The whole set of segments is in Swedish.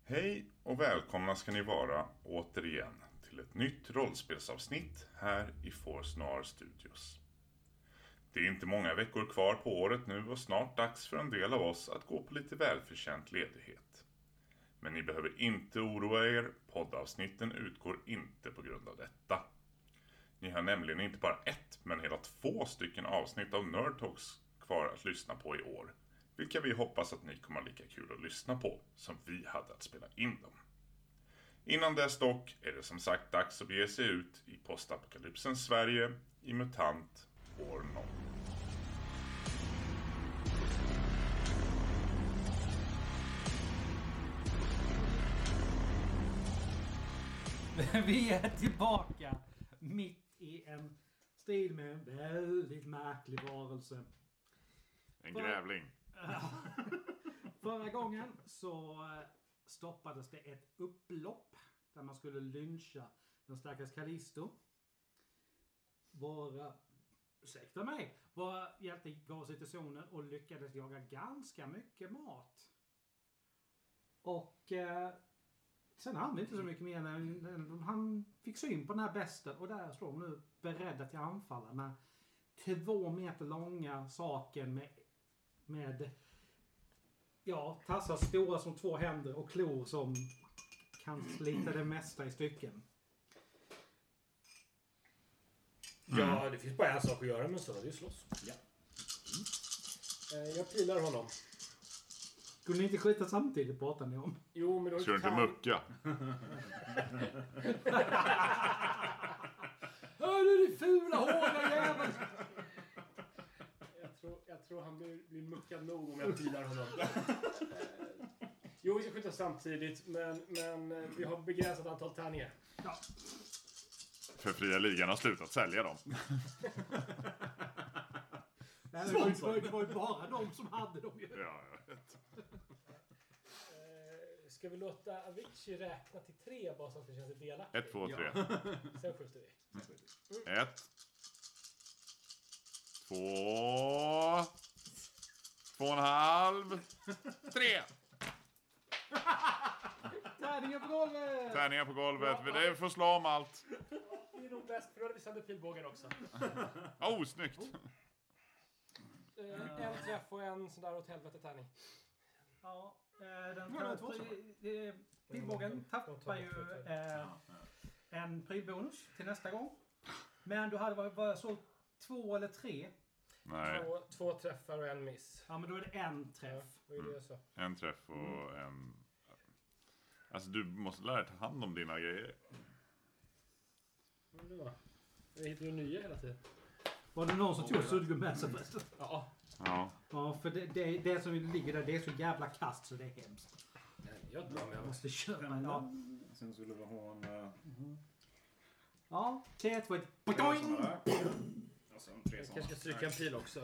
Hej och välkomna ska ni vara återigen till ett nytt rollspelsavsnitt här i Force Noir Studios. Det är inte många veckor kvar på året nu och snart dags för en del av oss att gå på lite välförtjänt ledighet. Men ni behöver inte oroa er, poddavsnitten utgår inte på grund av detta. Ni har nämligen inte bara ett men hela 2 stycken avsnitt av Nerd Talks kvar att lyssna på i år. Vilka vi hoppas att ni kommer lika kul att lyssna på som vi hade att spela in dem. Innan dess dock är det som sagt dags att bege sig ut i postapokalypsens Sverige i MUTANT år 0. Vi är tillbaka mitt i en strid med en väldigt märklig varelse. En grävling. Förra gången så stoppades det ett upplopp där man skulle lyncha den stackars Callisto. Våra hjälte gav sig till zonen och lyckades jaga ganska mycket mat. Och sen hann vi inte så mycket mer när han fick syn på den här besten och där står de nu beredda till anfalla. Den här 2 meter långa saken med tassar stora som 2 händer och klor som kan slita det mesta i stycken. Ja, det finns bara en sak att göra med sådana, det är slåss. Ja. Jag pilar honom. Skulle ni inte skjuta samtidigt, pratar ni om? Jo, men då Ska du inte mucka? Hör du din fula hårda jävel! Jag tror han blir muckad nog om jag pilar honom. Jo, vi ska skjuta samtidigt, men vi har begränsat antal tärningar. Ja. För fria ligan har slutat sälja dem. Nej, det var ju bara de som hade dem ju. Ja, jag vet. Ska vi låta Avicii räkna till 3 bara så att det känns delaktigt? 1, 2, 3. Sen skjuter vi. 1 2 2,5 3. Tärningar på golvet! Tärningar på golvet. Det får slå om allt. Det är nog bäst, för då hade vi sänder pilbågen också. Oh, snyggt. En träff och en sån där åt helvete tärning. Ja, pilbågen tappar ju en prylbonus till nästa gång. Men du hade varit så 2 eller 3. Nej, 2 träffar och en miss. Ja, men då är det en träff. Ja, vad är det jag sa? en träff och en... Alltså, du måste lära dig ta hand om dina grejer. Vad är det då? Jag hittar ju nya hela tiden. Var det någon som tog suddgum med sig förresten? Ja. Ja, för det som ligger där, det är så jävla kast så det är hemskt. Jag drar med Jag mig. måste köra en dag. Sen skulle vi ha en... Ja, T1 var ett... Och sen 3 Jag sådana. kanske ska stryka en pil också.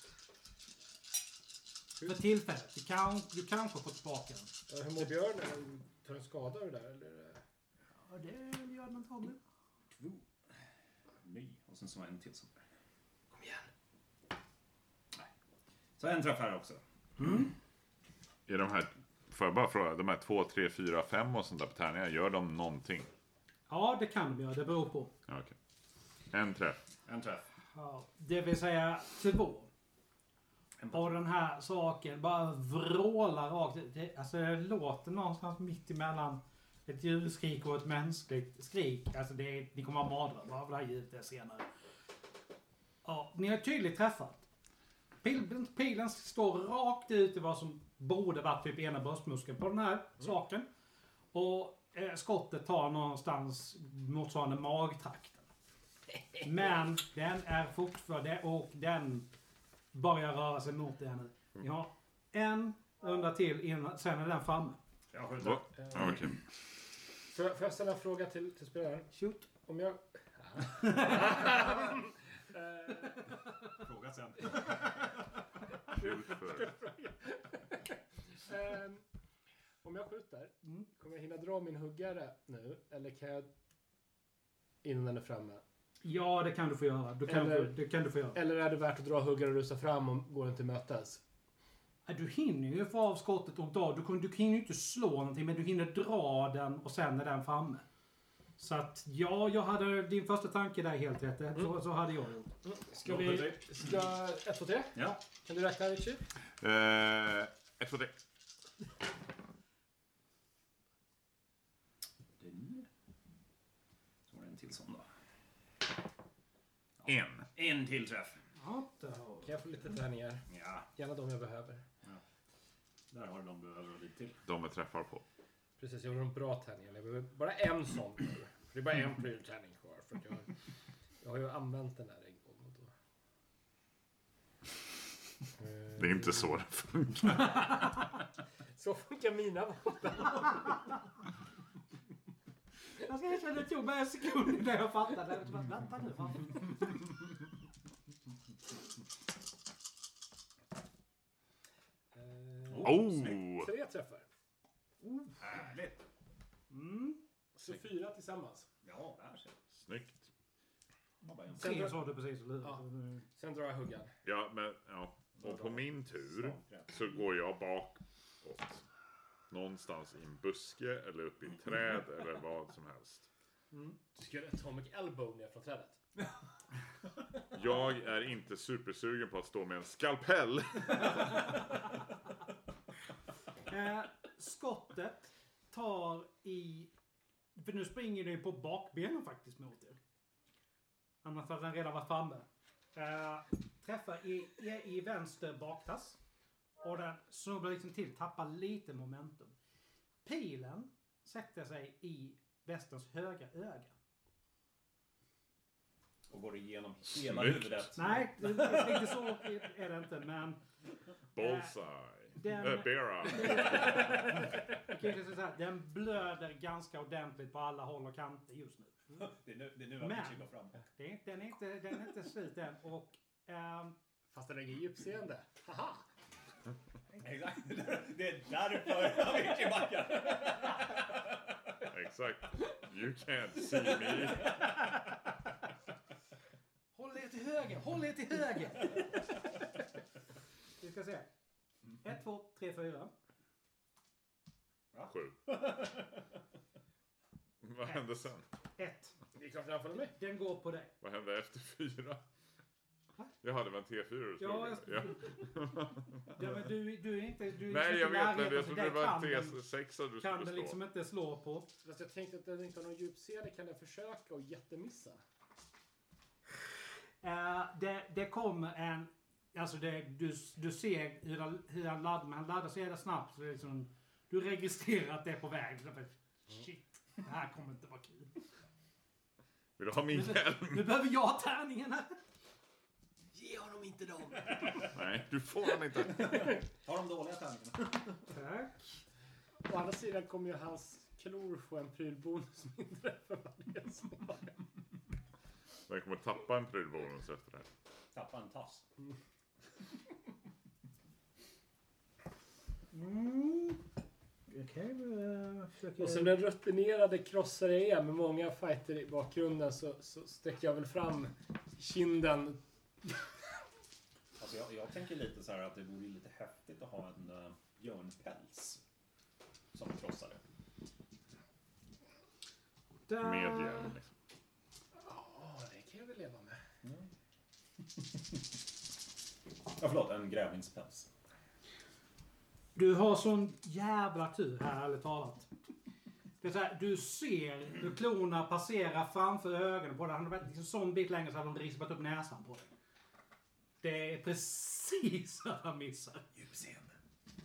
För tillfället. Du kanske får tillbaka den. Ja, hur mår Björn när han tar en skada av det där? Eller? Ja, det gör den antagligen. 2. Ny. Och sen så var en till sån där. Kom igen. Nej. Så en träff här också. Är de här... Får jag bara fråga, de här 2, 3, 4, 5 och sånt där på tärningar, gör de någonting? Ja, det kan de göra. Det beror på. Ja, okej. En träff. En träff. Ja, det vill säga 2. Och den här saken bara vrålar rakt. Det låter någonstans mitt emellan ett djurskrik och ett mänskligt skrik. Alltså ni kommer att madra av det här ljudet senare. Ja, ni har tydligt träffat. Pilen står rakt ut i vad som borde vara typ ena bröstmuskeln på den här saken. Och skottet tar någonstans motsvarande magtrakten. Men den är fortfarande och den börjar röra sig mot det nu. Ni har en runda till innan, sen är den framme. Jag skjuter. Ja, okej. Får jag ställa en fråga till spelaren? Shoot. Om jag... Fråga sen. Om jag skjuter, kommer jag hinna dra min huggare nu? Eller kan jag... Innan den är framme? Ja, det kan du få göra. Det kan du få göra. Eller är det värt att dra huggare och rusa fram och gå den till mötes? Du hinner ju få av skottet och dra. Du hinner ju inte slå någonting, men du hinner dra den och sen är den framme. Så att ja, jag hade din första tanke där helt rätt. Så hade jag gjort. Ska 1, 2, 3? Ja. Kan du räkna, Richie? 1, 2, 3. Så var det en till sån då. En till träff. Ja, det har Kan jag få lite tärningar? Ja, Gärna de jag behöver. där har du de behöver och lite till. De är träffar på. Precis, jag vill ha en bra tärning. Jag behöver bara en sån nu. Det är bara en pryltärning kvar. För att jag har ju använt den här en gång. Och då. Det är inte så det funkar. Så funkar mina vapen. Jag ska erkänna att det tog mig en sekund innan jag fattade. Vänta nu, fan. Oh! 3 träffar. Härligt. Så 4 tillsammans. Ja, där ser du. Snyggt. Sen 3 sa du precis, eller hur? Ja. Sen drar jag huggan. Ja, men ja. Och på min tur så går jag bakåt. Någonstans i en buske eller upp i ett träd eller vad som helst. Du ska göra Atomic Elbow ner från trädet. Jag är inte supersugen på att stå med en skalpell. Skottet tar i... För nu springer du på bakbenen faktiskt mot er. Annars hade den redan varit framme. Träffar i vänster baktass. Och den snubblar liksom till, tappar lite momentum. Pilen sätter sig i västens högra öga. Och går igenom hela Snyggt. huvudet. Nej, riktigt så är det inte, men... Bullseye. Den- Bear Den blöder ganska ordentligt på alla håll och kanter just nu. Det är nu Men- Richie går fram. Den är inte slut än. Och Fast den är djupseende. Haha! Exakt. Det är därför Richie backar. Exakt. You can't see me. håll er till höger! Håll er till höger! Vi ska se. 1, 2, 3, 4. 7. Vad hände sen? 1. Det är klart jag följer med. Den går på dig. Vad hände efter 4? Jag hade väl en T4 du Ja, slog. Ja. Ja, men du är inte... Du är Nej, inte jag i vet, men närheten, jag så trodde där det var en kan den- T6 du Kan skulle den slå. liksom inte slå på. Fast jag tänkte att den inte har någon djupseende. Kan den försöka och jättemissa? Det kommer en... Alltså du ser hur han laddar, men han laddar så jävla snabbt. Så det är liksom, du registrerar att det är på väg. Så bara, shit, det här kommer inte vara kul. Vill du ha min hjälm? Nu behöver jag tärningarna. Ge honom inte dem! Nej, du får den inte. Ta de dåliga tärningarna. Tack. Å andra sidan kommer ju hans klor få en prylbonus mindre för varje slag. Den kommer tappa en prylbonus efter det här. Tappa en tass. Okej, försöker... Och som den rutinerade krossare jag är med många fighter i bakgrunden så sträcker jag väl fram kinden. Alltså jag tänker lite så här att det vore lite häftigt att ha en björnpäls som krossare. Med hjälm liksom. Ja, det kan jag väl leva med. Ja, förlåt, en grävlingspäls. Du har sån jävla tur här, ärligt talat. Det är så här, du ser hur klorna passerar framför ögonen på dig. Han har varit liksom sån bit längre så hade de rispat upp näsan på dig. Det är precis så han missar. Djupseende.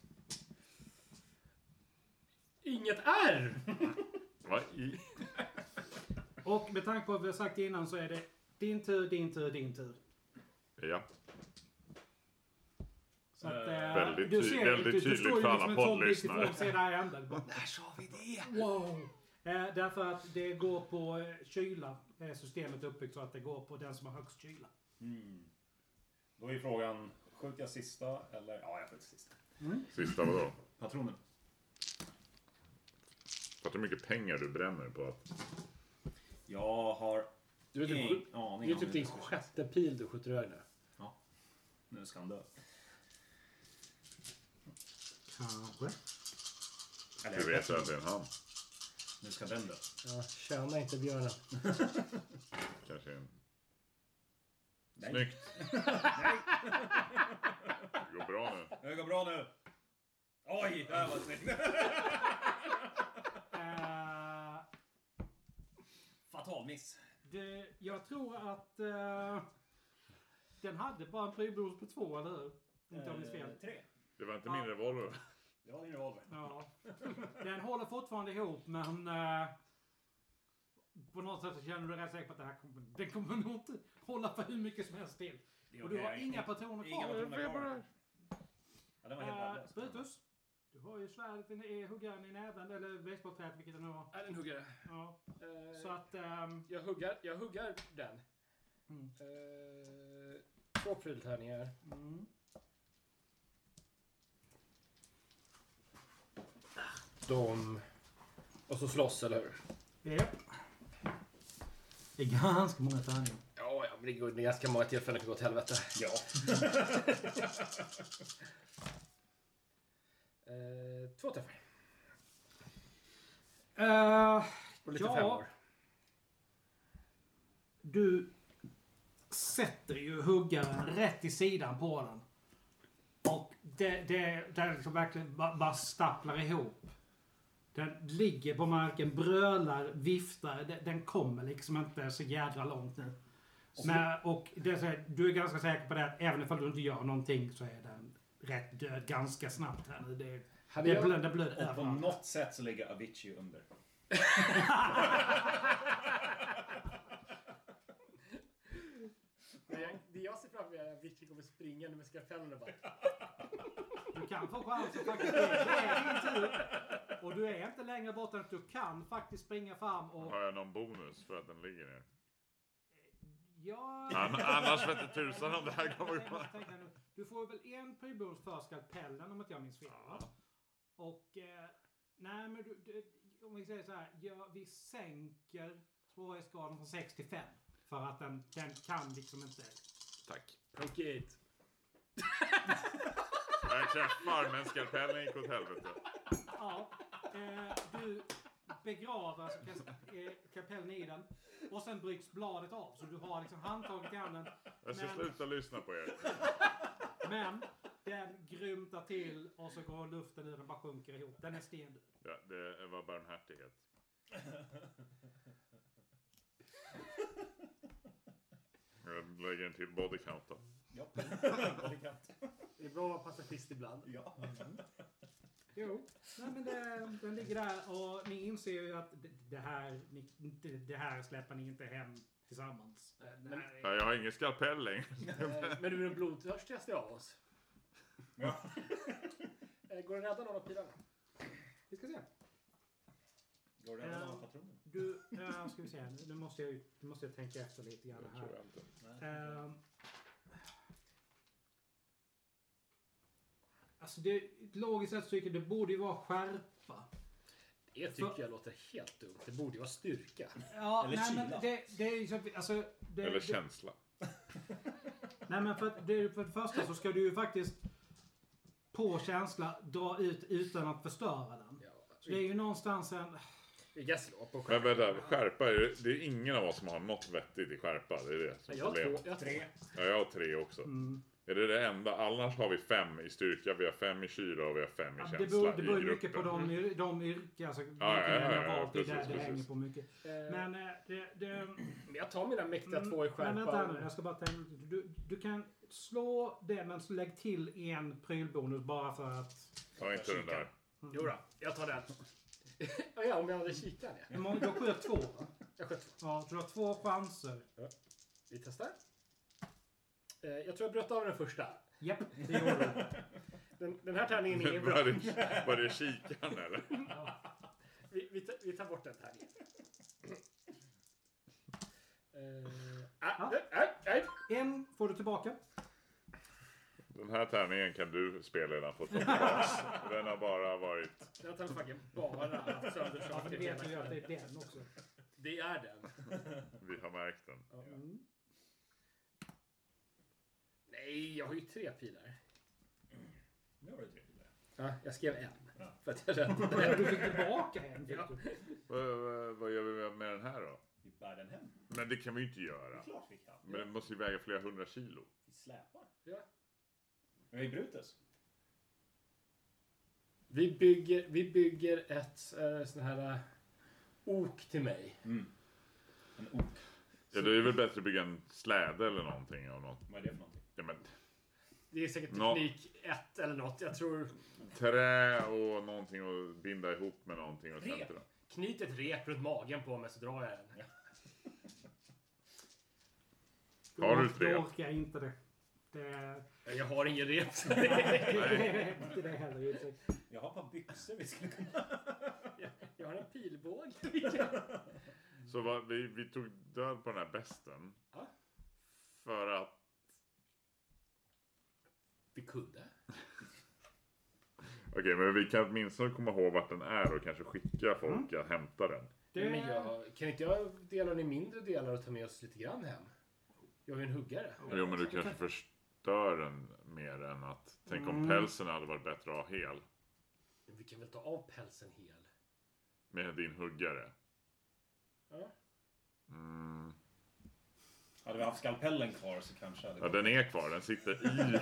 Inget R! Va? I... Och med tanke på vad vi har sagt innan så är det din tur, din tur, din tur. Ja. Så att, Väldigt du ser, väldigt du tydligt står ju för liksom alla en sån bit poddlyssnare. ifrån sedan änden. När sa vi det? Wow! Därför att det går på kyla. Systemet är uppbyggt så att det går på den som har högst kyla. Då är frågan, skjuter jag sista eller? Ja, jag skjuter sista. Sista vadå? Patronen. Fattar hur mycket pengar du bränner på att... Jag har Du är ingen typ, aning det är om typ hur din det ska sjätte pil du skjuter iväg nu. Nu ska han dö. Kanske. Eller, Du vet att det är en han. Nu ska den dö. Ja, tjäna inte björnen. Kanske en... Nej. Snyggt. Det går bra nu. Det går bra nu. Oj, det här var snyggt. Fatal miss. Jag tror att den hade bara en prylbonus på 2, eller hur? Inte om jag minns fel. 3. Det var inte min revolver. Det var din revolver. Ja. Den håller fortfarande ihop, men på något sätt så känner du rätt säker på att den kommer nog inte hålla för hur mycket som helst till. Och du har inga patroner kvar. Inga patroner kvar. Ja, den var helt värdelös. Brutus, du har ju svärdet i huggaren i näven, eller basebollträet, vilket det nu var. Är det en huggare? Ja. Så att... Jag huggar den. 2 pryltärningar. Och så slåss, eller hur? Japp. Det är ganska många tärningar. Ja, men det går ganska många tillfällen kan gå åt helvete. Ja. 2 träffar. Och lite Ja. 5 år. Du sätter ju huggaren rätt i sidan på den. Och det liksom verkligen bara stapplar ihop. Den ligger på marken, brölar, viftar. Den kommer liksom inte så jädra långt nu. Och det är så här, du är ganska säker på det att även ifall du inte gör någonting så är den rätt död ganska snabbt här nu. Det blöder Och på överallt. något sätt så ligger Avicii under. Det jag ser fram emot är att Vichy kommer springande med skalpellen och bara... Du kan få chansen faktiskt. Det är din tur. Och du är inte längre bort än att du kan faktiskt springa fram och... Har jag någon bonus för att den ligger ner? Ja... Annars vet inte tusan om det här kommer gå. Du får väl en prybonus för skalpellen om inte jag minns fel. Va? Och... nej men om vi säger så här. Ja, vi sänker svårighetsgraden från 6 till 5. För att den kan liksom inte... Tack. Okej. Jag träffar, men skalpellen gick åt helvete. Ja. Du begraver alltså kapellen i den. Och sen bryts bladet av. Så du har liksom handtaget i handen. Jag ska sluta lyssna på er. Men den grymtar till och så går luften ur den bara sjunker ihop. Den är stendöd. Ja, det var barmhärtighet. Jag lägger en till body count då. Ja, Det är bra att vara pacifist ibland. ja. Jo, nej men den ligger där och ni inser ju att det här släpper ni inte hem tillsammans. Ja, jag har ingen skalpell längre. Men du är den blodtörstigaste av oss. Ja. Går det rädda någon av pilarna? Vi ska se. Går det även några patroner? Du, ska vi se. Nu måste jag tänka efter lite grann Jag tror jag här. inte. Alltså det logiskt sett tycker det borde ju vara skärpa. Det tycker jag låter helt dumt. Det borde ju vara styrka. Ja, Eller nej, kyla. men det är ju så, alltså, Eller känsla. Nej men för det första så ska du ju faktiskt på känsla dra ut utan att förstöra den. Ja, Så det är ju någonstans en... vi kan slå på Men skärpa. vänta, skärpa, det är ingen av oss som har något vettigt i skärpa. Det är det som är Jag har problemet. 2. 3. Ja, jag har 3 också. Är det enda? Annars har vi 5 i styrka, vi har 5 i kyla och vi har 5 i känsla. Det beror i ju mycket på gruppen. de yrken, alltså precis, det hänger på mycket. Men Men jag tar mina mäktiga 2 i skärpa. Men vänta nu, jag ska bara tänka. Du kan slå det men så lägg till en prylbonus bara för att... Ta inte den där. Jo då, jag tar den. Ja, om jag hade kikaren. Ja. Hur många, du sköt 2 va? Jag sköt 2. Ja, så du har 2 chanser. Vi testar. Jag tror jag bröt av den första. Japp, det gjorde du. Den här tärningen är bra. Var det kikaren eller? Vi tar bort den tärningen. En får du tillbaka. Den här tärningen kan du spelledaren få ta tillbaks. Den har bara varit... Den tar fucking bara haft Ja, sönderslag. för det vet du ju att det är den också. Det är den. Vi har märkt den. Nej, jag har ju 3 pilar. Nu har du 3 pilar. Ja, jag skrev en. Ja. För att jag räddade. Du fick tillbaka en. Fick Ja. du. Vad gör vi med den här då? Vi bär den hem. Men det kan vi ju inte Det är göra. klart vi kan. Men den måste ju väga flera 100 kilo. Vi släpar. Ja. Men vi Brutus. Vi bygger ett sån här ok till mig. En ok. Ja, det är väl bättre att bygga en släde eller någonting av något. Vad är det för någonting? Ja, men Det är säkert Nå- teknik 1 eller något. Jag tror trä och någonting att binda ihop med någonting och Rep. dra. knyt ett rep runt magen på mig så drar jag den. Har du ett Då rep? orkar jag inte det. Det Jag har ingen rep. är inte det heller. i och för sig. Jag har ett par byxor vi skulle kunna... Jag har en pilbåge. Så vi tog död på den här besten. Ja. För att... Vi kunde. Okej, men vi kan åtminstone komma ihåg vart den är och kanske skicka folk att hämta den. Det, Men kan inte jag dela den i mindre delar och ta med oss lite grann hem? Jag är ju en huggare. Jo, men du kanske förstör den mer än att... Tänk om pälsen hade varit bättre att ha hel. Vi kan väl ta av pälsen hel? Med din huggare. Ja. Hade vi haft skalpellen kvar så kanske hade Ja, den är kvar. Den sitter i...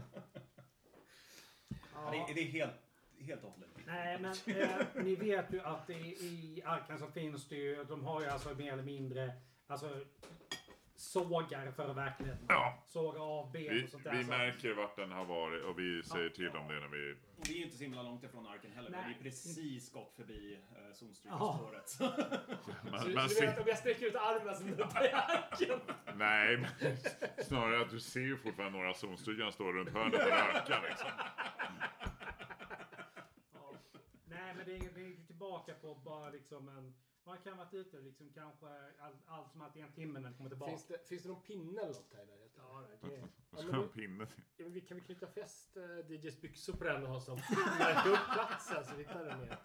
Ja, det är helt och hållet. Nej, men ni vet ju att i Arkan så finns det ju, de har ju alltså mer eller mindre, alltså sågar för verkligen. Ja. Såga av ben och sånt där. Vi så- märker vart den har varit och vi säger till om det när vi... Vi är ju inte så himla långt ifrån arken heller. Nej. Vi är precis gått förbi zonstrykarspåret. Så Man du vet ser, om jag sträcker ut armen så nuddar jag arken. nej, men snarare att du ser ju fortfarande några zonstugan står runt hörnet och röka liksom. Ja. Nej, men det är ju tillbaka på bara liksom en... Man kan ha varit ute liksom kanske allt som alltid en timme när den kommer tillbaka. Finns det någon pinne eller något här i närheten? Ja, det Och så har en pinne. Ja, men kan vi knyta fäst DJs byxor på den och ha som märka upp platsen så vi hittar den ner.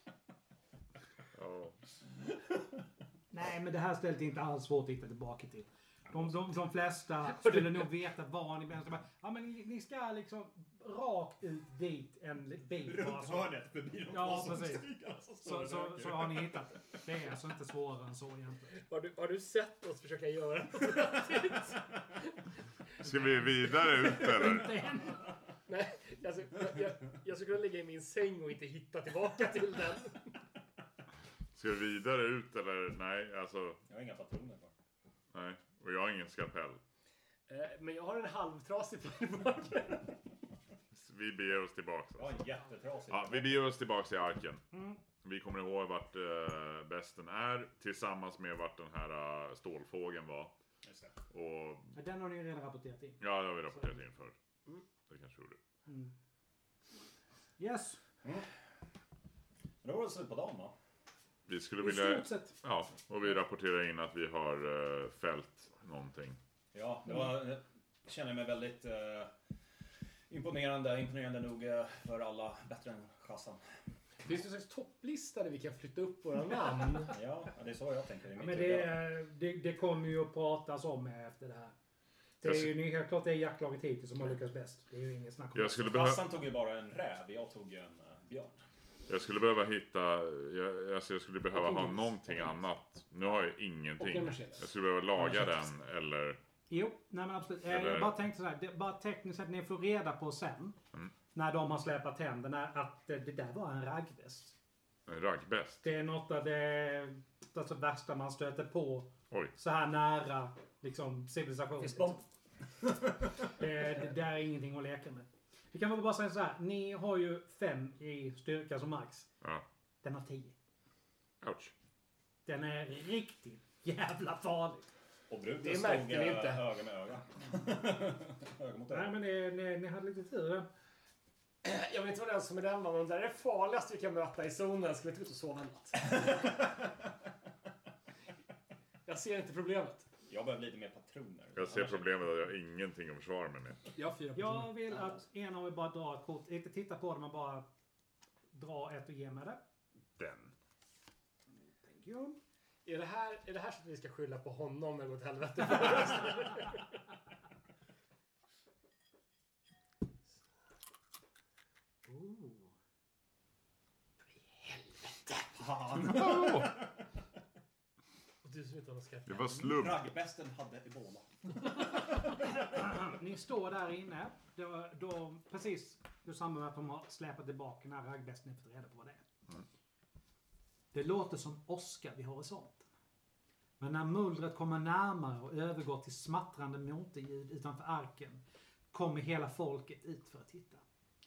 Ja. Nej, men det här stället är inte alls svårt att hitta tillbaka till. De flesta skulle nog veta var ni bäst. Ja, men ni ska liksom rakt ut dit en bit. bara Runt så. hörnet förbi de Ja, två precis. zonstrykarna som står Så, och så, röker. så har ni hittat det. Det är alltså inte svårare än så egentligen. Har du sett oss försöka göra något? Ska vi vidare ut eller? Inte än. Nej, alltså, jag skulle kunna ligga i min säng och inte hitta tillbaka till den. Ska vi vidare ut eller? Nej, alltså, Jag har inga patroner kvar. nej. Och jag har ingen skalpell. Men jag har en halvtrasig pilbåge. Vi beger oss tillbaka. Jag har en jättetrasig. Ja, vi beger oss tillbaka till arken. Vi kommer ihåg vart besten är tillsammans med vart den här stålfågeln var. Just det. Och Ja, den har ni ju redan rapporterat in. ja, det har vi rapporterat in för. Det kanske vi gjorde. Yes. Men då var det slut på dagen va? Vi skulle I vilja... stort sett. Ja, och vi rapporterar in att vi har fällt någonting. Ja, det var... Jag känner mig väldigt imponerande nog för alla. Bättre än Shazam. Finns det en slags topplista där vi kan flytta upp våra namn? Ja, det är så jag tänker. Ja, men det kommer ju att pratas om efter det här. Det är ju helt klart det är jaktlaget hittills som har lyckats bäst. Det är ju ingen snack om Jag det. skulle, behöva, Shazam tog ju bara en räv, jag tog en björn. jag skulle behöva hitta... Jag skulle behöva Och ha en någonting annat. Nu har jag Och ingenting. en Mercedes. Jag skulle behöva laga den eller... Jo, nej men absolut. Eller- Jag bara tänkte så här, det, bara tekniskt sett, ni får reda på sen, när de har släpat hem den här, att det där var en raggväst. En raggbeст. Det är något av det alltså, värsta man stöter på Oj. så här nära liksom, civilisation. Fistbomb. Det är ingenting att leka med. Vi kan väl bara säga så här, ni har ju 5 i styrka som max. Ja. Den har 10. Ouch. Den är riktigt jävla farlig. Och Brutus Det stod märkte vi inte. öga med öga. Öga mot Nej öga. men ni hade lite tur. Jag vet inte vad den som är den var, men det där är det farligaste vi kan möta i zonen. Ska vi inte gå ut och sova en natt? Jag ser inte problemet. Jag behöver lite mer patroner. Jag ser problemet att jag har ingenting att försvara mig med. Jag har 4 Jag vill att en av er bara drar ett kort. Inte titta på det, men bara dra ett och ge mig det. Den. Thank you. Är det här så att vi ska skylla på honom när det går åt helvete? För i helvete! Fan. Och du som inte har någon skatt. Det var slump. Raggbesten hade ebola. Ni står där inne. Då precis i samband med att de har släpat tillbaka den här raggbesten och fått reda på vad det är. Mm. Det låter som åska vid horisonten. Men när mullret kommer närmare och övergår till smattrande motorljud utanför arken kommer hela folket ut för att titta.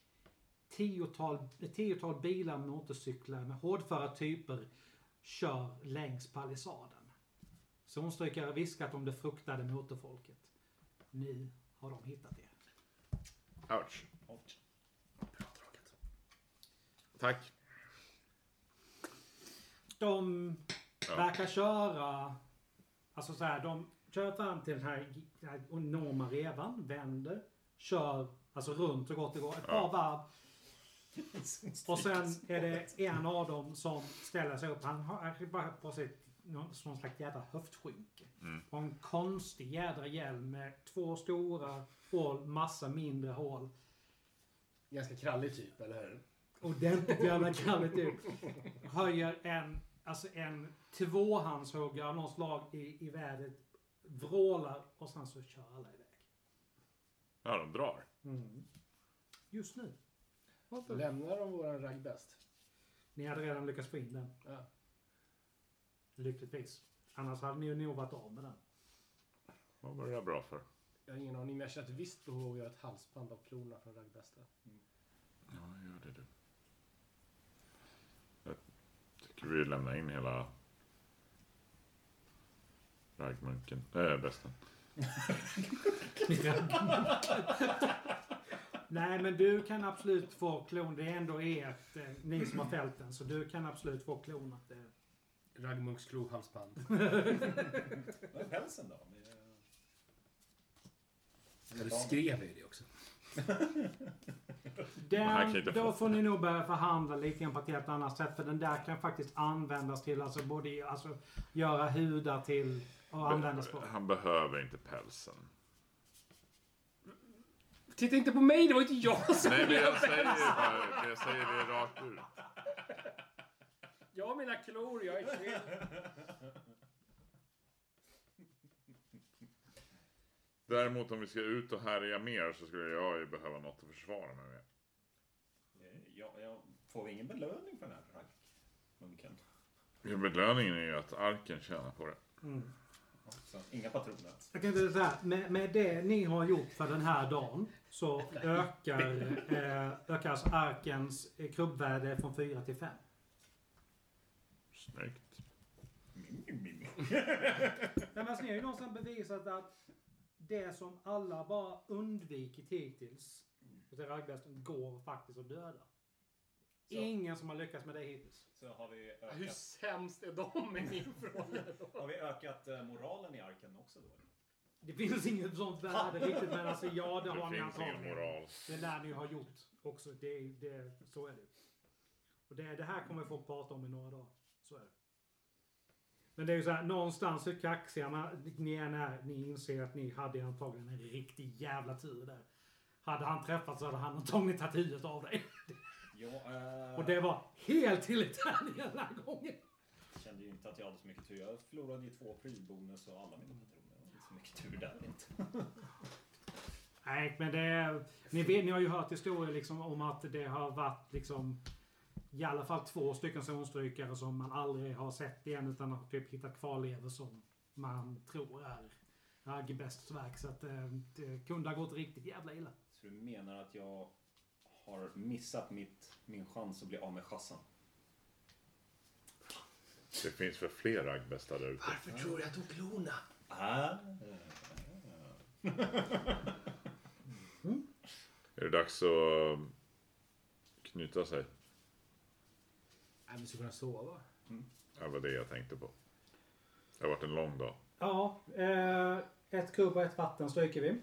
Tiotal bilar och motorcyklar med hårdföra typer kör längs palissaden. Zonstrykare viskat om det fruktade motorfolket. Nu har de hittat er. Ouch. Ouch. Bra draget. Tack. De Ja. verkar köra... Alltså så här, de kör fram till den här enorma revan, vänder, kör alltså runt så gott det går. Ett par varv. Och sen är det en av dem som ställer sig upp. Han har bara på sig någon slags jävla höftskynke. Och en konstig jädra hjälm med 2 stora hål, massa mindre hål. Ganska krallig typ, eller hur? Ordentligt jävla kalligt ut. Höjer en tvåhandshuggare av någon slag i vädret. Vrålar och sen så kör alla iväg. Ja, de drar. Just nu. Lämnar de våran raggbäst? Ni hade redan lyckats få in den. Ja. Lyckligtvis. Annars hade ni ju nog varit av med den. Vad var det där bra för? Jag har ingen aning, men jag känner ett visst behov av att göra ett halsband av klorna från raggbästen. Ja, gör det du. Jag tycker vi lämnar in hela raggmunken. Bästen. Nej, men du kan absolut få klon. Det är ändå ni som har fällt den. Så du kan absolut få klon. Att det... Raggmunksklo halsband. Vad är pälsen då? Ja, du skrev ju det också. här kan inte Då få- får ni nog börja förhandla lite grann på ett helt annat sätt. För den där kan faktiskt användas till göra hudar till och användas på. Han behöver inte pälsen. Titta inte på mig, det var inte jag som Nej, men jag säger det rakt ut. Jag har mina klor, jag är kvitt. Däremot om vi ska ut och härja mer så skulle jag ju behöva något att försvara mig med. Får vi ingen belöning för den här raggmunken? Belöningen är ju att arken tjänar på det. Så, inga patroner alltså. Jag kan säga så här, med det ni har gjort för den här dagen så ökar alltså arkens krubbvärde från 4 till 5. Snyggt. Men ni har ju någonstans bevisat att det som alla bara undvikit hittills, och raggbästen går faktiskt att döda. Så. Ingen som har lyckats med det hittills. Så har vi Hur ökat, sämst är de i min fråga då? har vi ökat moralen i arken också då? Det finns inget sånt värde riktigt, men alltså ja, det har Det ni finns ingen antagligen. moral. Det lär ni ha gjort också. Så är det. Och det här kommer vi få prata om i några dagar. Så är det. Men det är ju så här, någonstans hur kaxiga ni än är, ni inser att ni hade antagligen en riktig jävla tur där. Hade han träffat så hade han antagligen tagit huvudet av dig. Och det var helt tillräckligt den här gången. Jag kände ju inte att jag hade så mycket tur. Jag förlorade ju 2 prylbonus och alla mina patroner. Det var inte så mycket tur där inte. Nej, men det är... Ni har ju hört historier liksom om att det har varit liksom... I alla fall 2 stycken zonstrykare som man aldrig har sett igen utan har typ hittat kvarlevor som man tror är raggbests verk. Så att det kunde ha gått riktigt jävla illa. Så du menar att jag har missat min chans att bli av med chassan? Det finns för fler raggbästar där ute. Varför tror du jag tog klorna? Är det dags att knyta sig? Nej, vi ska kunna sova. Det var det jag tänkte på. Det har varit en lång dag. Ja, 1 kubb och 1 vatten stryker vi.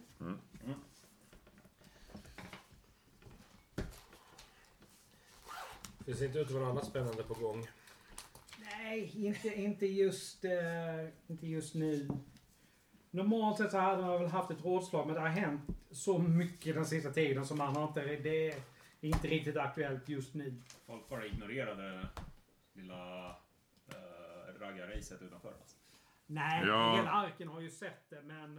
Det ser inte ut att vara något annat spännande på gång. Nej, inte just nu. Normalt sett så hade man väl haft ett rådslag, men det har hänt så mycket den sista tiden som man har inte... inte riktigt aktuellt just nu. Folk bara ignorerade lilla raggarracet utanför. Alltså. Nej, hela arken har ju sett det, men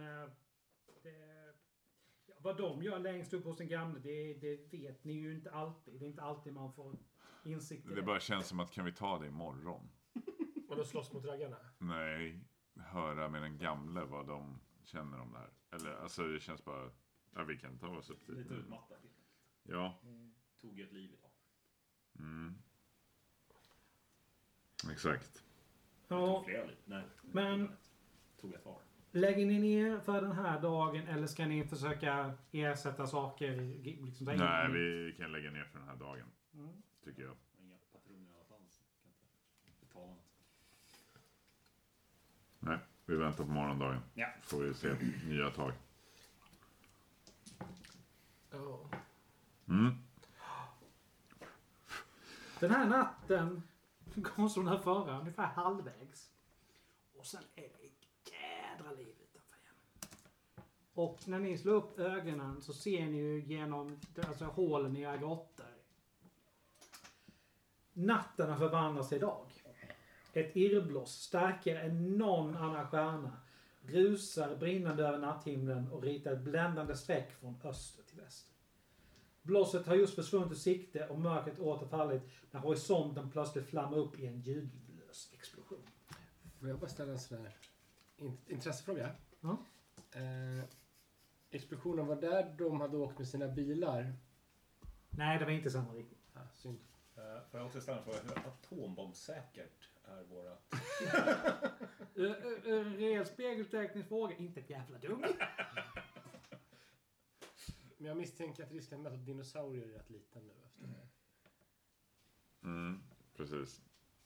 vad de gör längst upp hos den gamla, det vet ni ju inte alltid. Det är inte alltid man får insikt i det. Det bara känns som att kan vi ta det imorgon? Och då slåss mot raggarna? Nej, höra med den gamla vad de känner om det här. Eller alltså det känns bara, ja, vi kan ta oss upp till. Lite utmattad. Ja. Tog ett liv idag. Exakt. Ja, Tog flera liv. Nej, men tog ett var. lägger ni ner för den här dagen eller ska ni försöka ersätta saker? Liksom, Nej, vi kan lägga ner för den här dagen. Tycker jag. Inga patroner i alla fall. Så kan inte betala något. Nej, vi väntar på morgondagen. Ja. Får vi se nya tag. Ja. Den här natten kom som den förra, ungefär halvvägs. Och sen är det jädra liv utanför igen. Och när ni slår upp ögonen så ser ni ju genom hålen i era grottor. Natten har förvandlats till dag. Ett irrbloss starkare än någon annan stjärna rusar brinnande över natthimlen och ritar ett bländande streck från öster till väster. Blåset har just försvunnit ur sikte och mörkret återfallit när horisonten plötsligt flammar upp i en ljudlös explosion. Får jag bara ställa en sån där intressefråga? Ja. Explosionen var där de hade åkt med sina bilar. Nej, det var inte samma riktning. Synd. Får jag också ställa en fråga, hur atombombsäkert är våra... Rejäl spegelteknisk fråga, inte ett jävla dugg. Men jag misstänker att risken med att dinosaurier är rätt liten nu efter det. Precis.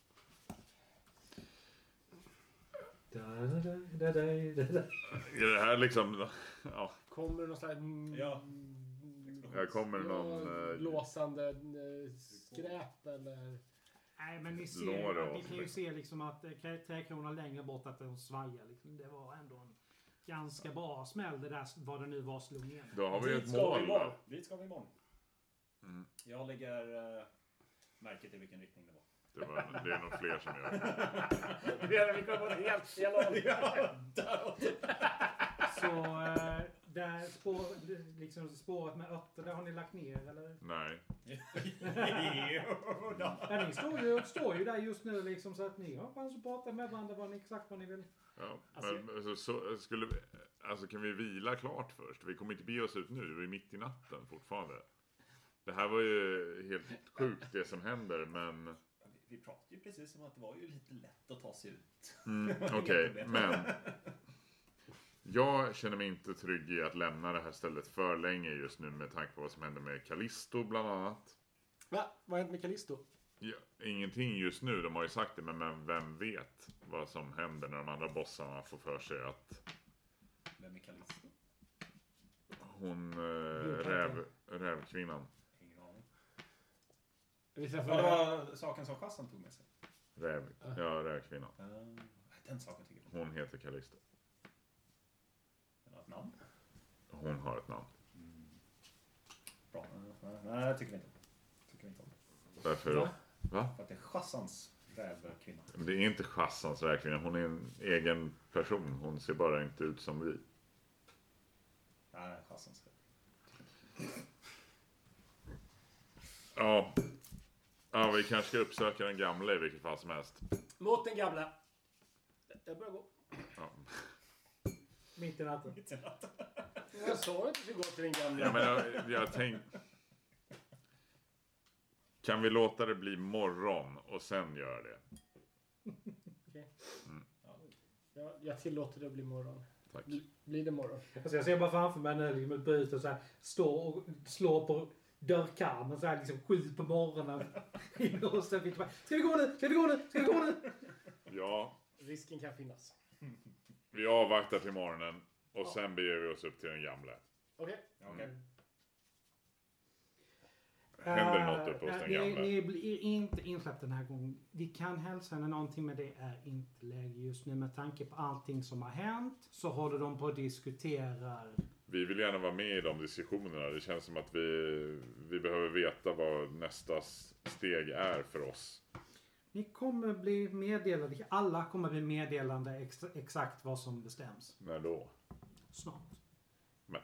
Är det här liksom... Ja. Kommer det någon slags... Ja. Här kommer någon... blåsande skräp eller... Nej, men ni kan ju se liksom att träkronan längre bort att den svajar. Liksom. Det var ändå en ganska bra smäll det där, vad det nu var, slog ner. Då har vi Dit ett ska vi mål. imorgon. Dit ska vi imorgon. Jag lägger märke till vilken riktning det var. Det är nog fler som gör. Vi kommer vara helt fel håll. Så där spåret med örter, där har ni lagt ner, eller? Nej. Ja, ni står ju där just nu liksom, så att ni har chans att prata med varandra exakt vad ni vill. Ja, men så kan vi vila klart först. Vi kommer inte bege oss ut nu, vi är mitt i natten fortfarande. Det här var ju helt sjukt det som händer, men... Vi pratade ju precis om att det var ju lite lätt att ta sig ut. Okej, men... Jag känner mig inte trygg i att lämna det här stället för länge just nu med tanke på vad som händer med Callisto bland annat. Va? Vad har hänt med Callisto? Ja, ingenting just nu, de har ju sagt det, men vem vet vad som händer när de andra bossarna får för sig att... Vem är Callisto? Hon rävkvinnan. Ingen aning. Vi Vad träffade... var saken som Chassan tog med sig? Rävkvinnan. Den saken tycker jag. Hon heter Callisto. Den har ett namn. Hon har ett namn. Bra. Nej, jag tycker inte om det. Därför då? Va? För att det är Chassans rävkvinna. Det är inte Chassans rävkvinna. Hon är en egen person. Hon ser bara inte ut som vi. Nej, Chassans räv. Ja, vi kanske ska uppsöka den gamla i vilket fall som helst. Mot den gamla. Jag börjar gå. Ja. Mitt i natten. Jag sa inte att vi går till den gamla. Ja, men jag tänkte... Kan vi låta det bli morgon och sen göra det? Okej. Jag tillåter det att bli morgon. Tack. Blir det morgon? Alltså jag ser bara framför mig när liksom ett bryter så här, står och slår på dörrkarmen så här liksom 7 på morgonen. Ska vi gå nu? Ska vi gå nu? Ska vi gå nu? Ja, Risken kan finnas. vi avvaktar till morgonen och sen beger vi oss upp till den gamla. Okej. Händer det något uppe hos den gamla? Ni blir inte insläppt den här gången. Vi kan hälsa henne någonting, men det är inte läge just nu. Med tanke på allting som har hänt så håller de på att diskutera vi vill gärna vara med i de diskussionerna. Det känns som att vi behöver veta vad nästa steg är för oss. Ni kommer bli meddelade. Alla kommer bli meddelande exakt vad som bestäms. När då? Snart. Men.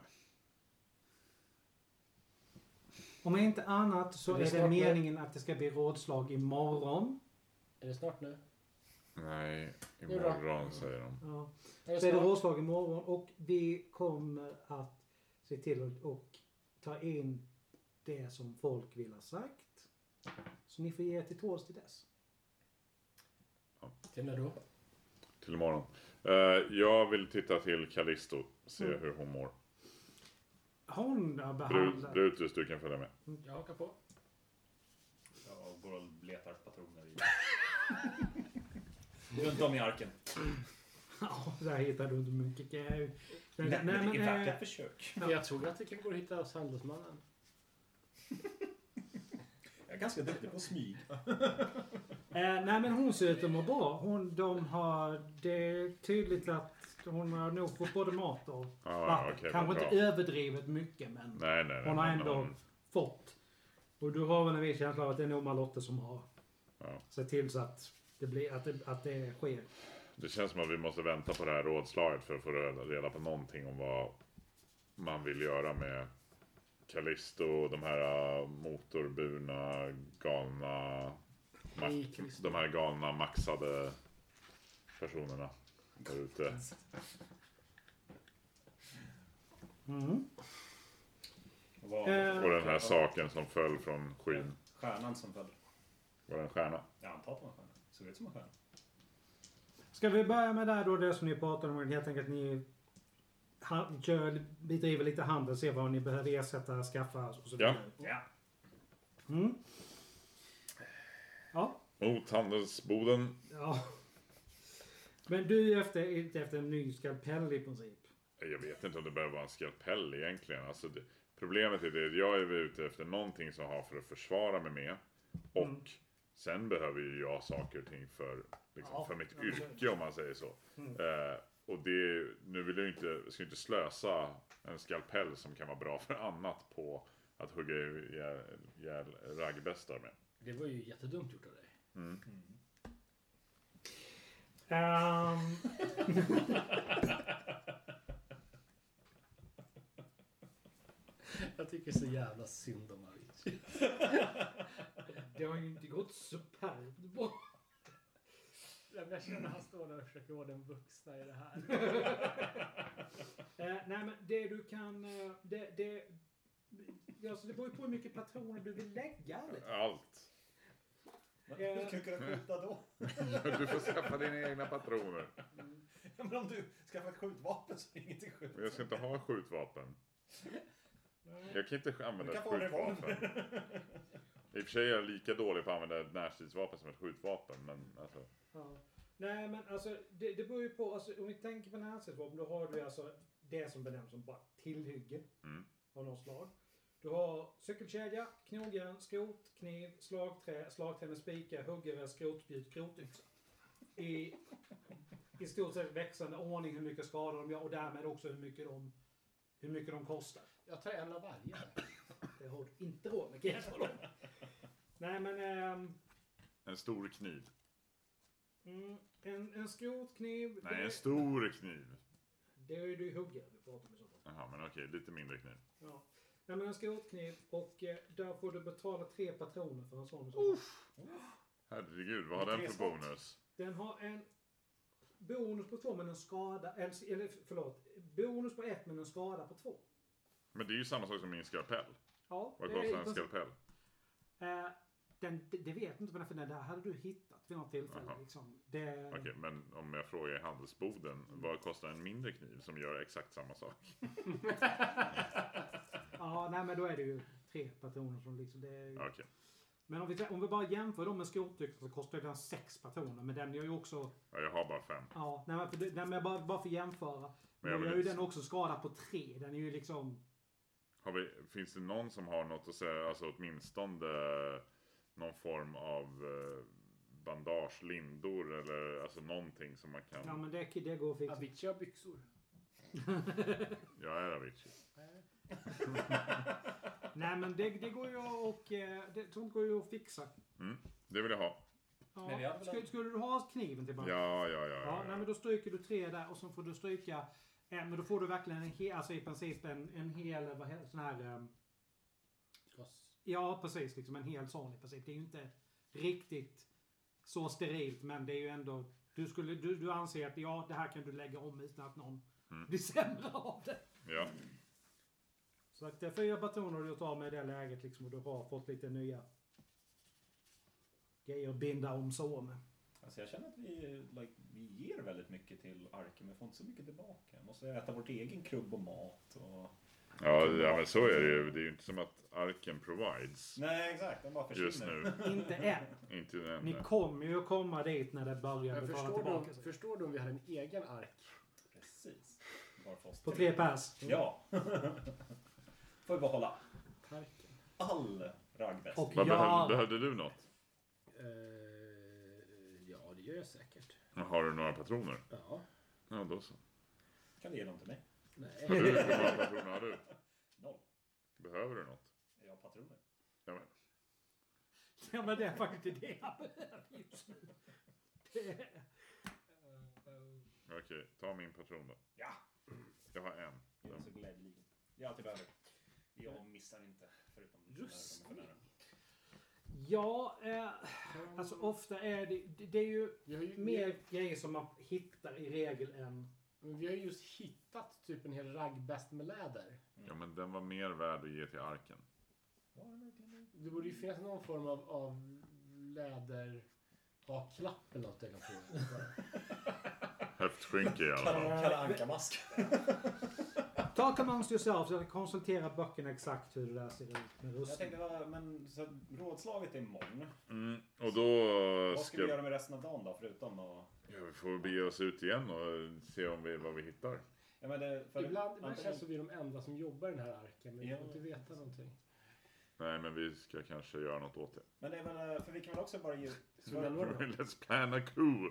Om inte annat så är det meningen att det ska bli rådslag imorgon. Är det snart nu? Nej, imorgon säger de. Ja. Är Så är det rådslag imorgon och vi kommer att se till att ta in det som folk vill ha sagt. Så ni får ge till tåls till dess. Till när då? Till imorgon. Jag vill titta till Callisto. Se hur hon mår. Hon har behandlat... Brutus, du kan följa med. Jag hakar på. Jag går och letar patroner i... runt om i arken. Ja, där hittar du inte mycket. Nej, men det är värt ett försök. Ja. Jag tror att det kan gå att hitta hos handelsmannen. Jag är ganska duktig på smyg. Nej, men hon ser ut att må bra. Det är tydligt att hon har nog fått både mat och vatten. Okay, kanske inte överdrivet mycket, men nej, hon har ändå fått. Och du har väl en viss känsla av att det är nog Malotte som har sett till så att det blir att det sker. Det känns som att vi måste vänta på det här rådslaget för att få reda på någonting om vad man vill göra med Callisto och de här motorburna, galna, de här galna maxade personerna där ute. Och den här saken som föll från skyn. Stjärnan som föll. Var det en stjärna? Jag antar att det var en stjärna. Såg ut som en stjärna. Ska vi börja med det som ni pratade om, helt enkelt ni bedriver lite handel, se vad ni behöver ersätta, skaffa och så vidare. Ja. Ja. Mot handelsboden. Ja. Men du är ute efter en ny skalpell i princip. Jag vet inte om det behöver vara en skalpell egentligen. Alltså problemet är det, jag är ute efter någonting som har för att försvara mig med. Och sen behöver ju jag saker och ting för mitt yrke, om man säger så. Och nu vill jag ska inte slösa en skalpell som kan vara bra för annat på att hugga ihjäl raggbästar med. Det var ju jättedumt gjort av dig. Jag tycker så jävla synd om Avicii. Det har ju inte gått superbt bra. Jag känner att han står där och försöker vara den vuxna i det här. Nej, men det du kan... det beror ju på hur mycket patroner du vill lägga. Allt. Hur ska du kunna skjuta då? Du får skaffa dina egna patroner. Men om du skaffar ett skjutvapen så är det ingenting skjut. Jag ska inte ha skjutvapen. Jag kan inte använda ett få en skjutvapen. I och för sig är jag lika dålig på att använda ett närstridsvapen som ett skjutvapen. Men alltså... Ja. Nej, men alltså det beror ju på, alltså, om vi tänker på närstridsvapen, då har du alltså det som benämns som bara tillhygge av något slag. Du har cykelkedja, knogjärn, skrot, kniv, slagträ, slagträ med spikar, huggare, skrotspjut, krotyxa. I stort sett växande ordning hur mycket skador de gör och därmed också hur mycket de kostar. Jag tar en av varje. Det har du inte råd med, kan jag tala om. Nej, men... En stor kniv. En skrotkniv... Nej, en stor kniv. Det är ju huggare vi pratar om i så fall. Jaha, men okej, lite mindre kniv. Ja. Nej, men en skrotkniv och där får du betala 3 patroner för en sån. Herregud, vad har den för bonus? Den har en bonus på 2 men en skada... bonus på 1 men en skada på 2. Men det är ju samma sak som min skalpell. Ja. Vad kostar en skalpell? Det vet inte, för den där hade du hittat vid något tillfälle. Liksom. Okej, men om jag frågar i handelsboden, vad kostar en mindre kniv som gör exakt samma sak? Ja, nej, men då är det ju 3 patroner som liksom... Okej. Men om vi bara jämför dem med skrotyxan så kostar den 6 patroner. Men den gör ju också... Ja, jag har bara 5. Ja, nej, men bara för att jämföra. Men den gör ju den också skada på 3. Den är ju liksom... Finns det någon som har något att säga, alltså åtminstone någon form av bandage, lindor eller alltså någonting som man kan... Ja, men det går att fixa. Avicii har byxor. Jag är Avicii. Nej, men det går ju sånt går ju att fixa. Det vill jag ha. Ja. Men vi hade väl Skulle du ha kniven tillbaka? Ja. Nej, men då stryker du 3 där och så får du stryka. Men då får du verkligen alltså i princip en hel, sån här... Ja, precis. Liksom en hel sån i princip. Det är ju inte riktigt så sterilt, men det är ju ändå... Du anser att det här kan du lägga om utan att någon blir sämre av det. Ja. Så att det är 4 patroner du tar med i det läget liksom, och du har fått lite nya grejer att binda om så med. Alltså jag känner att vi ger väldigt mycket till Arken, men får inte så mycket tillbaka. Måste äta vårt egen krubb och mat och... Ja, men så är det ju. Det är ju inte som att Arken provides. Nej, exakt. Den bara försvinner. Just nu. Inte än. Inte än. Ni kommer ju att komma dit när det börjar betala tillbaka sig. Förstår du om vi hade en egen ark? Precis. Bara för oss På 3 pers. Ja. Får vi behålla Parken. all raggväst. Och Behövde du något? Ja, det gör jag säkert. Har du några patroner? Ja. Ja, då så. Kan du ge dem till mig? Nej. Hur många patroner har du? 0. Behöver du något? Jag har patroner. Ja, men. Ja, men det är faktiskt det jag behöver just nu. Okej, ta min patron då. Ja. Jag har en. Jag är så glädjeligen. Det är alltid behöver. Jag missar inte. Förutom Rustning. Ja, alltså ofta är det är ju mer grejer som man hittar i regel än... Men vi har ju just hittat typ en hel raggväst med läder. Ja, men den var mer värd att ge till Arken. Det borde ju finnas någon form av läder... klapp eller något jag kan få. Höftskynke i alla fall. Kalla Anka-mask. Talk amongst yourselves. Jag konsulterar böckerna exakt hur det där ser ut med Jag rustning. tänkte, men så rådslaget är imorgon. Och då Vad ska vi göra med resten av dagen då, förutom att... Ja, vi får bege oss ut igen och se vad vi hittar. Ja, men det, för Ibland känns det som vi är de enda som jobbar i den här arken. Men vi Ja. får inte veta någonting. Nej, men vi ska kanske göra något åt det. Men det är väl, för vi kan väl också bara ge... Let's plan a coup.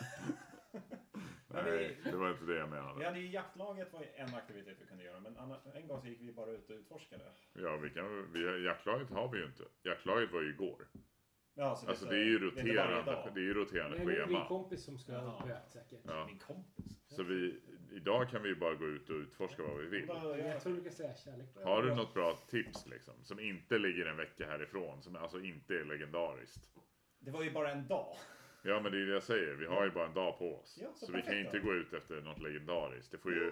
Men Nej, det var inte det jag menade. Vi hade ju jaktlaget var ju en aktivitet vi kunde göra, men en gång så gick vi bara ut och utforskade. Ja, jaktlaget har vi ju inte. Jaktlaget var ju igår. Ja, så Alltså det är ju inte varje roterande, dag. Det är min schema. kompis som ska Jaha. på jakt säkert. Ja. Min kompis. Så idag kan vi ju bara gå ut och utforska vad vi vill. Jag tror du kan säga kärlek på det. Har du något bra tips liksom? Som inte ligger en vecka härifrån. Som alltså inte är legendariskt. Det var ju bara en dag. Ja, men det är det jag säger. Vi har ju bara en dag på oss. Ja, så vi perfekt kan inte då. gå ut efter något legendariskt. Det får ju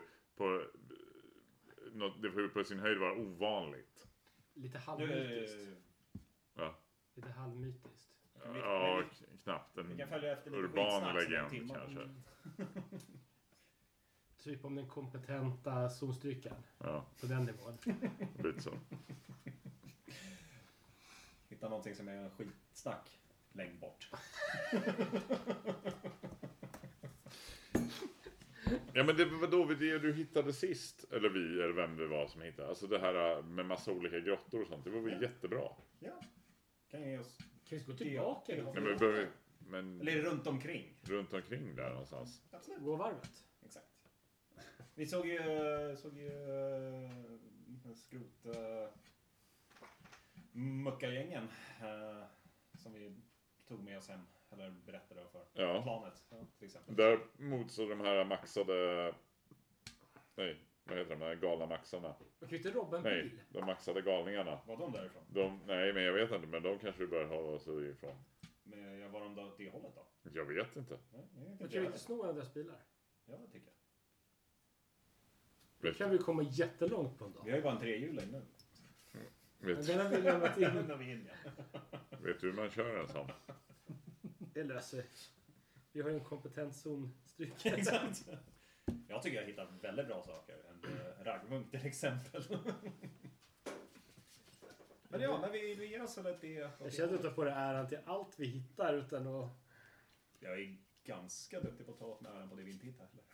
på sin höjd vara ovanligt. Lite halvmytiskt. Ja, Lite halvmytiskt. ja knappt. En Vi kan följa efter lite urban skitsnack som en legend timme. kanske. Typ om den kompetenta zonstrykaren. Ja, På den nivån. lite så. Hitta någonting som är en skitsnack längst bort. Ja, men det var då det du hittade sist. Eller vem det var som hittade. Alltså det här med massa olika grottor och sånt. Det var väl jättebra. Ja. Kan ge oss... Kan vi gå tillbaka? Ja. Nej, men vi behöver... Men Eller runt omkring. runt omkring där någonstans. Absolut. Gå varvet. Exakt. Vi såg ju skrot muckargängen som vi tog med oss hem. Eller berättade för Ja. planet till exempel. Däremot så de här maxade... Nej, vad heter de här galna maxarna? Man kan ju inte robba en Nej, bil. de maxade galningarna. Var de därifrån? Nej, men jag vet inte. Men de kanske vi bör ha oss ifrån. Men jag var de då det hållet då? Jag vet inte. Nej, det är Man inte kan ju jag. inte sno andras bilar. Ja, det tycker jag. Då kan vi komma jättelångt på en dag. Vi har ju bara en trehjuling nu. Men Vet, den har vi lämnat in. När vi är inne, ja. vet du hur man kör en sån? Det löser vi. har ju en kompetenszonstrykare. Exakt. Jag tycker jag hittar väldigt bra saker. En raggmunk till exempel. Men ja, när vi ger oss väl det. Jag känner inte på det äran till allt vi hittar utan att... Jag är ganska duktig på att ta åt mig äran på det vi inte hittar heller.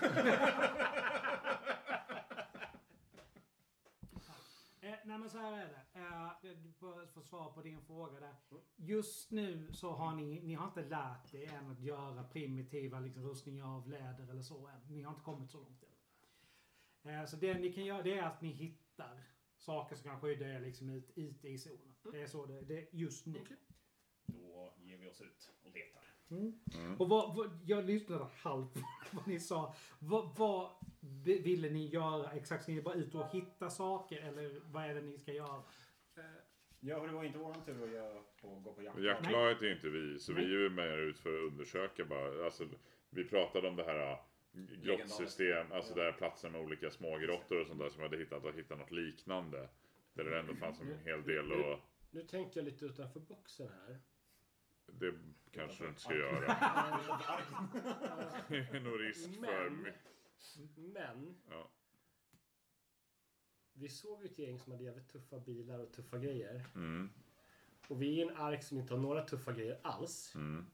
Nej, men så här är det. För svar på din fråga där. Just nu så har ni har inte lärt er än att göra primitiva liksom, rustningar av läder eller så än. Ni har inte kommit så långt än. Så det ni kan göra det är att ni hittar saker som kan skydda er liksom ute i zonen. Det är så det är just nu. Okej. Då ger vi oss ut och letar. Och jag lyssnade halvt på vad ni sa. Vad ville ni göra exakt? Ska ni bara ut och hitta saker eller vad är det ni ska göra? Ja, det var inte våran tur att gå på jakt. Jaktlaget är inte vi, så vi är ju med ut för att undersöka bara. Alltså, vi pratade om det här grottsystem, alltså där platsen med olika små grottor och sånt där som vi hade hittat något liknande. Där det ändå fanns en hel del och Nu tänker jag lite utanför boxen här. det kanske du inte ska göra. Det är nog risk för mycket. Men Ja. vi såg ju ett gäng som hade jävligt tuffa bilar och tuffa grejer. Mm. Och vi är en ark som inte har några tuffa grejer alls. Mm.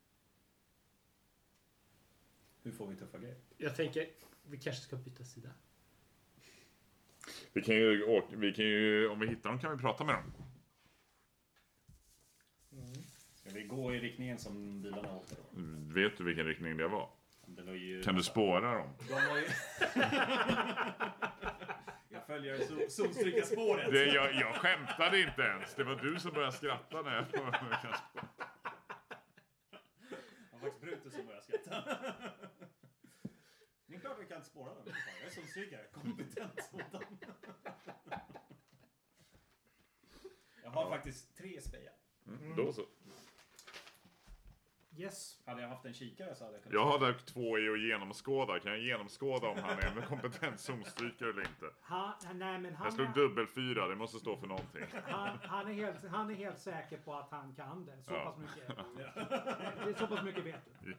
Hur får vi tuffa grejer? Jag tänker, vi kanske ska byta sida. Vi kan ju, om vi hittar dem kan vi prata med dem. Ska vi gå i riktningen som bilarna åkte då? Vet du vilken riktning det var? Det var ju... Kan du spåra dem? De var ju... Jag följer solstrykarspåret. Jag skämtade inte ens. Det var du som började skratta när jag Det var faktiskt Brutus som började skratta. Det är klart vi kan spåra dem. Jag är solstrykare. Kompetent sådan. Jag har faktiskt 3 spejar. Då så. Yes. Hade jag haft en kikare så hade jag kunnat... Jag har dock 2 i att genomskåda. Kan jag genomskåda om han är en kompetent zonstrykare eller inte? Jag slog dubbel-4. Det måste stå för någonting. Han är helt säker på att han kan det. Så Ja. pass mycket. Det är så pass mycket vet du.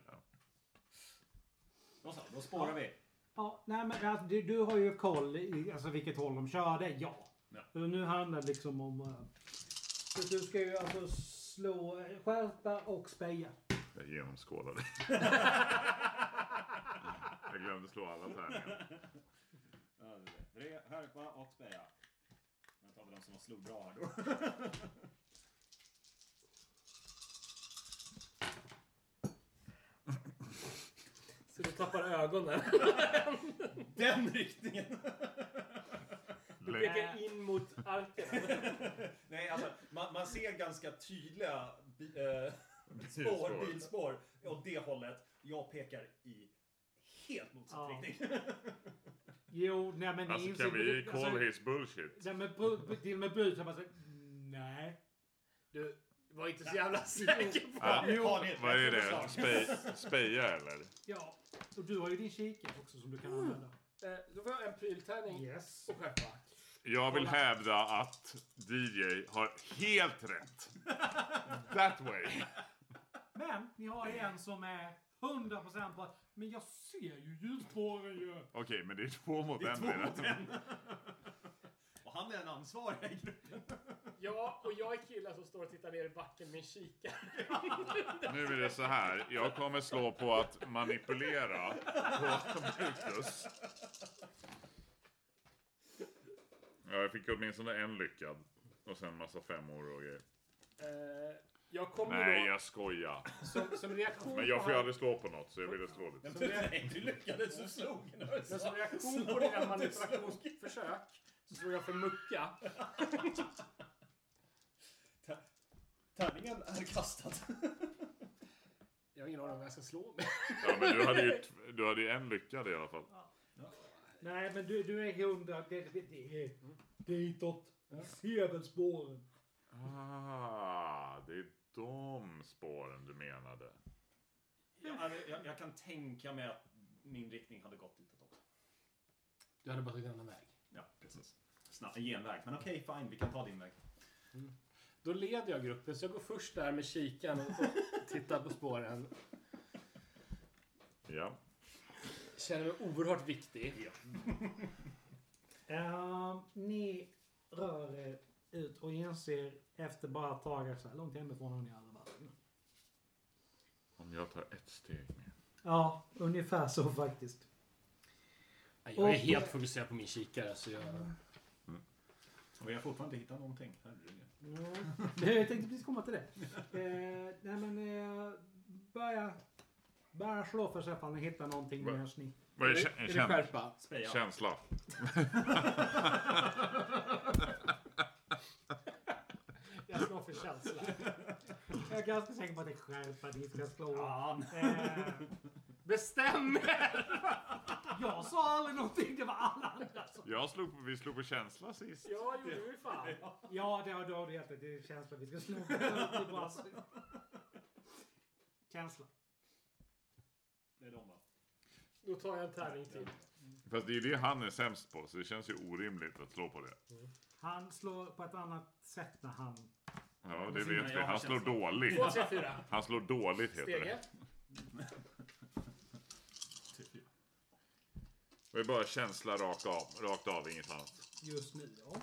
Ja. Då spårar vi. Ja, nej men alltså, du har ju koll i alltså, vilket håll de körde. Ja. Och nu handlar det liksom om... du ska ju alltså slå skärpa och speja. Jag genomskådade. Jag glömde slå alla tärningar. Skärpa och speja. Jag tar väl de som slog bra här då. Så du tappar ögonen. Den riktningen. Du pekar in mot arken. Nej, alltså man ser ganska tydliga bilspår åt det hållet. Jag pekar i helt motsatt riktning. Jo, nej men Alltså kan vi call his bullshit? Nej men till och med Brut har bara sagt nej. Du var inte så jävla säker på Ja. det. Vad är det? Speja eller? Ja, och du har ju din kikare också som du kan använda. Då får jag en pryltärning Yes. och skärpa. Jag vill hävda att DJ har helt rätt. That way. Men ni har en som är 100% på att men jag ser ju ljusspåren ju. Okej, men det är 2 mot 1. Och han är en ansvarig i gruppen. Ja, och jag är killen som står och tittar ner i backen med en kikare. Nu är det så här. Jag kommer slå på att manipulera på Brutus. Ja, jag fick åtminstone en lyckad. Och sen massa 5 år och grejer. Jag kommer Nej, då, jag skojar. som reaktion Men jag på får ju han- aldrig slå på något, så jag ville slå lite. Nej, du lyckades, du slog. Men som reaktion på dina manipulationsförsök så slår jag för mucka. Tärningen är kastad. Jag har ingen aning om vad jag ska slå med. Ja, men du hade ju en lyckad i alla fall. Nej men du är 100. Det är ditåt. Vi ser väl spåren. Det är de spåren du menade. Jag kan tänka mig att min riktning hade gått ditåt också. Du hade bara tagit en annan väg. Ja, precis. Genväg. Men okej, fine. Vi kan ta din väg. Då leder jag gruppen, så jag går först där med kikan och tittar på spåren. Ja. Känner mig oerhört viktig. Ni rör er ut och inser efter bara ett tag så här långt hemifrån har ni aldrig varit. Om jag tar ett steg med. Ja, ungefär så faktiskt. Jag är helt fokuserad på min kikare, så jag... Och vi har fortfarande inte hittat någonting. Herregud. Jag tänkte precis komma till det. Börja slå för sig ifall ni hittar någonting medan ni... Vad är Är det skärpa? Speja. känsla? Jag slår för känsla. Jag är ganska säker på att det är skärpa ni ska slå. Fan. Bestäm er! Jag sa aldrig någonting, det var alla andra som... Vi slog på känsla sist. Ja, gjorde vi fan. Ja, det har du helt rätt. Det är känsla vi ska slå på. Det är bra. Känsla. Det är de va? Då tar jag en tärning till. Fast det är ju det han är sämst på, så det känns ju orimligt att slå på det. Han slår på ett annat sätt när han... Ja, det vet vi. Han slår 2, dåligt. 3, 4. Han slår dåligt, heter Stege. det. Det är bara känsla rakt av, inget annat. Just nu, ja.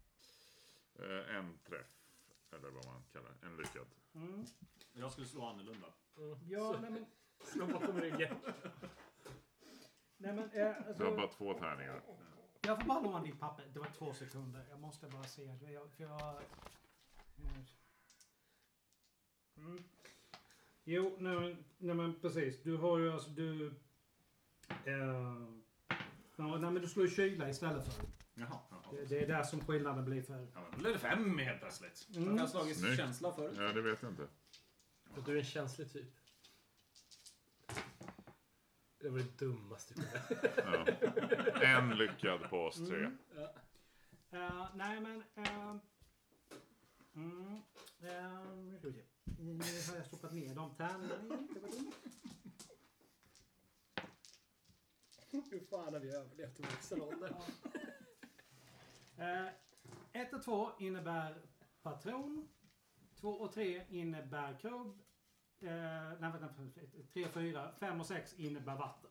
En träff, eller vad man kallar det. En lyckad. Jag skulle slå annorlunda. Ja, nej men... Slå bakom ryggen. Nej men, alltså, Jag har bara 2 tärningar. jag får bara låna ditt papper. Det var 2 sekunder. Jag måste bara se. Jo, nej men precis. Du har ju alltså... Ja, nej men du slår ju kyla istället för. Jaha. Det är där som skillnaden blir för... Ja, men då blev det 5 helt plötsligt. Jag har slagit Snyggt. känsla förut. Ja, det vet jag inte. Du är en känslig typ. Det var det dummaste du kunde. Ja. En lyckad på oss 3. Nej men... Nu ska vi se. Nu har jag stoppat ner de tärningarna. Det var dumt. Hur fan har vi överlevt i vuxen ålder? 1 och 2 innebär patron. 2 och 3 innebär kubb. 3 och 4. 5 och 6 innebär vatten.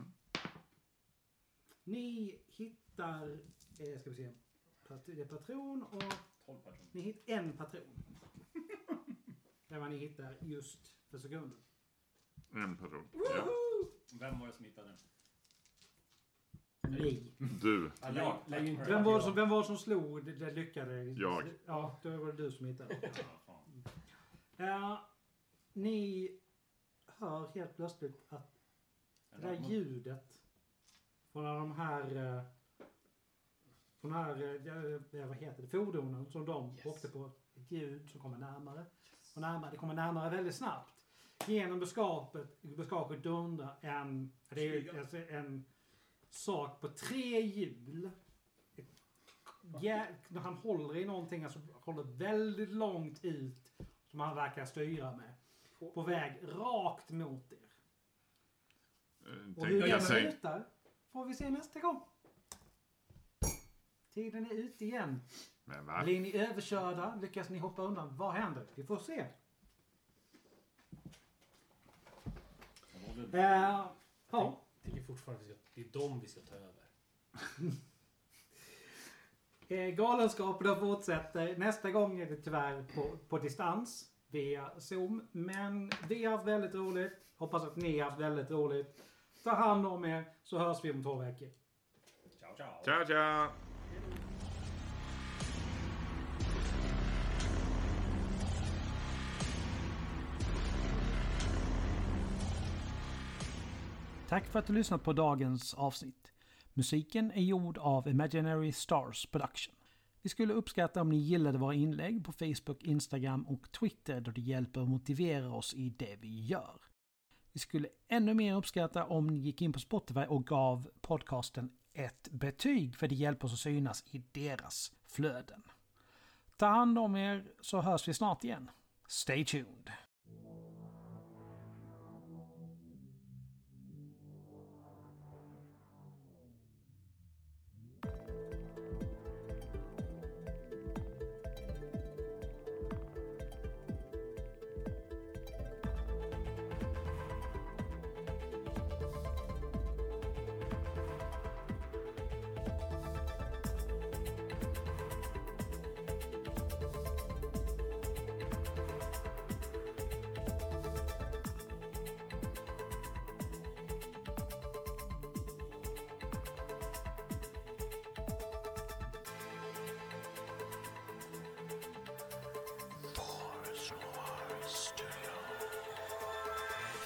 Ni hittar... ska vi se. Det är patron och... 12 personer. Ni hittar en patron. Det är vad ni hittar just för sekunden. En person. Ja. Vem var det som hittade den? Nej. Du. Ja, Vem var det som slog det lyckade? Jag. Ja, då var det du som hittade. Ja, fan. Ni hör helt plötsligt att det där ljudet från de här vad heter det, fordonen som de åkte på, ett ljud som kommer närmare och närmare. Det kommer närmare väldigt snabbt. Genom buskaget dundrar en sak på 3 hjul. Han håller i någonting, alltså håller väldigt långt ut som han verkar styra med. På väg rakt mot er. Och hur den slutar får vi se nästa gång. Tiden är ute igen. Men va? Blir ni överkörda? Lyckas ni hoppa undan? Vad händer? Vi får se. Ja. Jag tycker fortfarande att det är dem vi ska ta över. Galenskaperna fortsätter. Nästa gång är det tyvärr på distans via Zoom. Men vi har haft väldigt roligt. Hoppas att ni har haft väldigt roligt. Ta hand om er så hörs vi om 2 veckor. Ciao, ciao. Ciao, ciao. Tack för att du lyssnat på dagens avsnitt. Musiken är gjord av Imaginary Stars Production. Vi skulle uppskatta om ni gillade våra inlägg på Facebook, Instagram och Twitter då det hjälper att motivera oss i det vi gör. Vi skulle ännu mer uppskatta om ni gick in på Spotify och gav podcasten ett betyg för det hjälper oss att synas i deras flöden. Ta hand om er så hörs vi snart igen. Stay tuned!